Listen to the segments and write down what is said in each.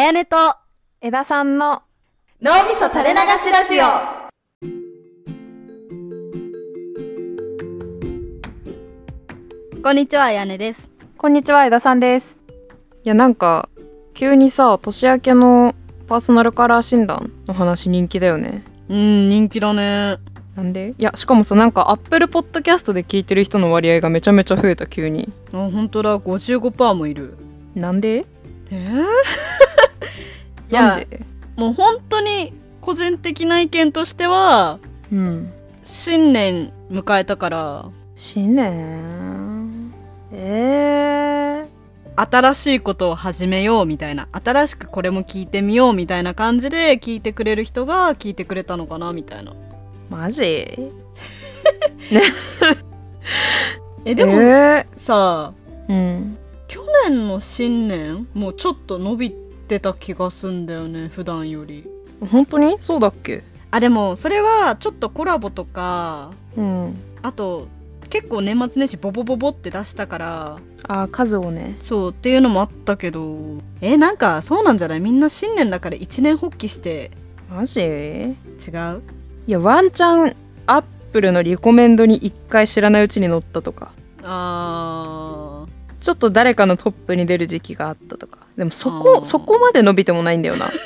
やねと枝さんの脳みそ垂れ流しラジオ。こんにちは、あやねです。 こんにちは、枝さんです。いや、なんか急にさ、年明けのパーソナルカラー診断の話人気だよね。 人気だね。 なんで？いや、しかもさ、なんか Apple Podcast で聞いてる人の割合がめちゃめちゃ増えた、急に。 あ、ほんとだ、55% もいる。 なんで？ いや、 なんで？ もう本当に個人的な意見としては、新年迎えたから新年新しいことを始めようみたいな、新しくこれも聞いてみようみたいな感じで聞いてくれる人が聞いてくれたのかなみたいな。 マジ？ でも、さあ、去年の新年もうちょっと伸びてた気がすんだよね、普段より。 本当にそうだっけ？ あ、でもそれはちょっとコラボとか、あと結構年末年始ボボボボって出したから、 数をね、 そうっていうのもあったけど、なんかそうなんじゃない？みんな新年だから一年発起して。 マジ？違う？ いや、ワンチャンアップルのリコメンドに一回知らないうちに載ったとか、ちょっと誰かのトップに出る時期があったとか。でもそこまで伸びてもないんだよな。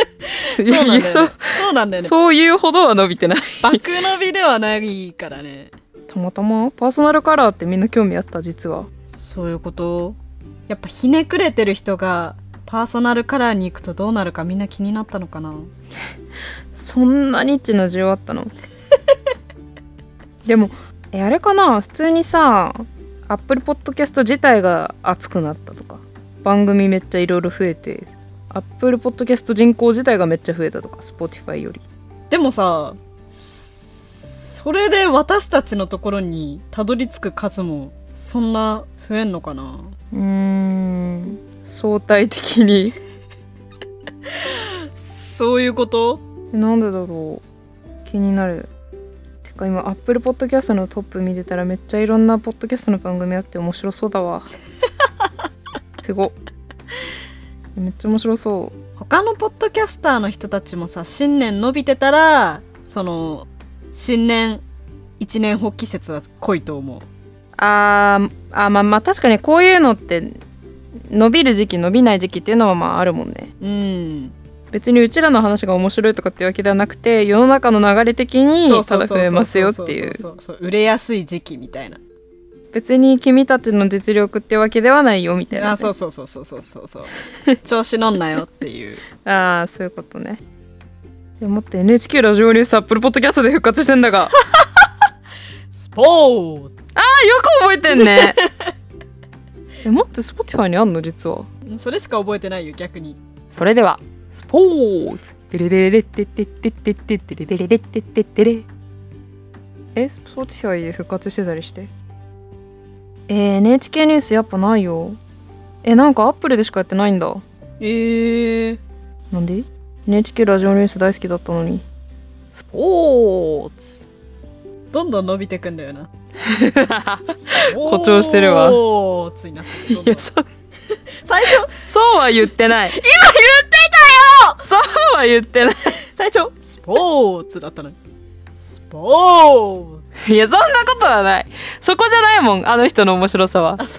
そうなんだよね。 そういうほどは伸びてない。 爆伸びではないからね。 たまたまパーソナルカラーってみんな興味あった？実はそういうこと。やっぱひねくれてる人がパーソナルカラーに行くとどうなるかみんな気になったのかな。 そんなニッチな需要あったの？でもあれかな、普通にさ、アップルポッドキャスト自体が熱くなったとか、番組めっちゃいろいろ増えて、アップルポッドキャスト人口自体がめっちゃ増えたとか、Spotify より。でもさ、それで私たちのところにたどり着く数もそんな増えんのかな。 相対的に。 そういうこと？ なんでだろう、気になる。てか今アップルポッドキャストのトップ見てたらめっちゃいろんなポッドキャストの番組あって面白そうだわ。すごっ、めっちゃ面白そう。 他のポッドキャスターの人たちもさ、新年伸びてたら、その新年一年発起説は濃いと思う。まあ確かにこういうのって伸びる時期伸びない時期っていうのはまああるもんね。別にうちらの話が面白いとかっていうわけではなくて、世の中の流れ的にただ増えますよっていう、 売れやすい時期みたいな。 別に君たちの実力ってわけではないよみたいな、ね。 そう調子乗んなよっていう。 そういうことね。でもって NHK ラジオニュースアップルポッドキャストで復活してんだが。 スポーツ。 よく覚えてんね。もって Spotify にあんの？実はそれしか覚えてないよ、逆に。 それではスポーツ。テレレレテテテテテテレレレレテテテレ。Spotify で復活してたりして。NHK ニュースやっぱないよ。なんかアップルでしかやってないんだ。なんで？ NHK ラジオニュース大好きだったのに。スポーツどんどん伸びてくんだよな。 誇張してるわ。 ついな。 いや、 最初そうは言ってない。今言ってたよ。そうは言ってない。 最初スポーツだったのにスポーツ。 いや、そんなことはない。そこじゃないもん、あの人の面白さは。ス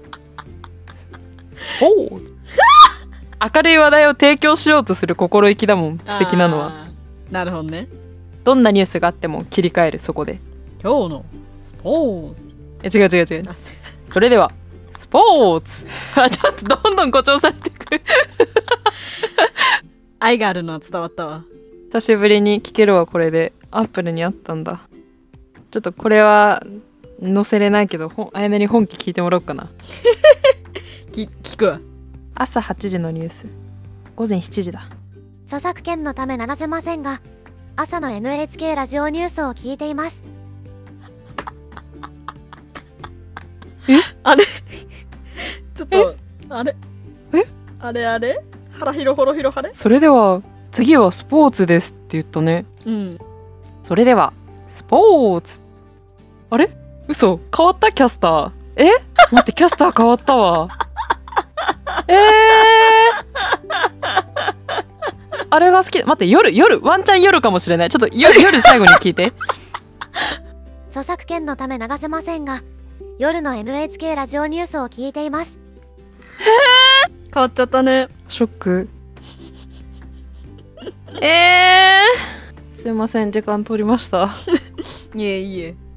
ポーツ。明るい話題を提供しようとする心意気だもん、素敵なのは。 なるほどね。どんなニュースがあっても切り替える、そこで。 今日のスポーツ。 違う。それではスポーツ。ちょっとどんどん誇張されていく。 愛があるのは伝わったわ。 久しぶりに聞けるわ、これで。アップルにあったんだ。ちょっとこれは載せれないけど、あやねに本気聞いてもらおうかな。 聞くわ。 朝8時のニュース、午前7時だ。 著作権のため流せませんが、朝の NHK ラジオニュースを聞いています。 あれちょっと、あれ腹広ほろ広はれ。 それでは次はスポーツですって言ったね。それではスポーツ。あれ？嘘、変わったキャスター。待って、キャスター変わったわ。 あれが好き。待って、夜、ワンチャン夜かもしれない。ちょっと夜最後に聞いて。 著作権のため流せませんが、夜の NHK ラジオニュースを聞いています。 変わっちゃったね。 ショック。すいません、時間取りました。 いえいえ。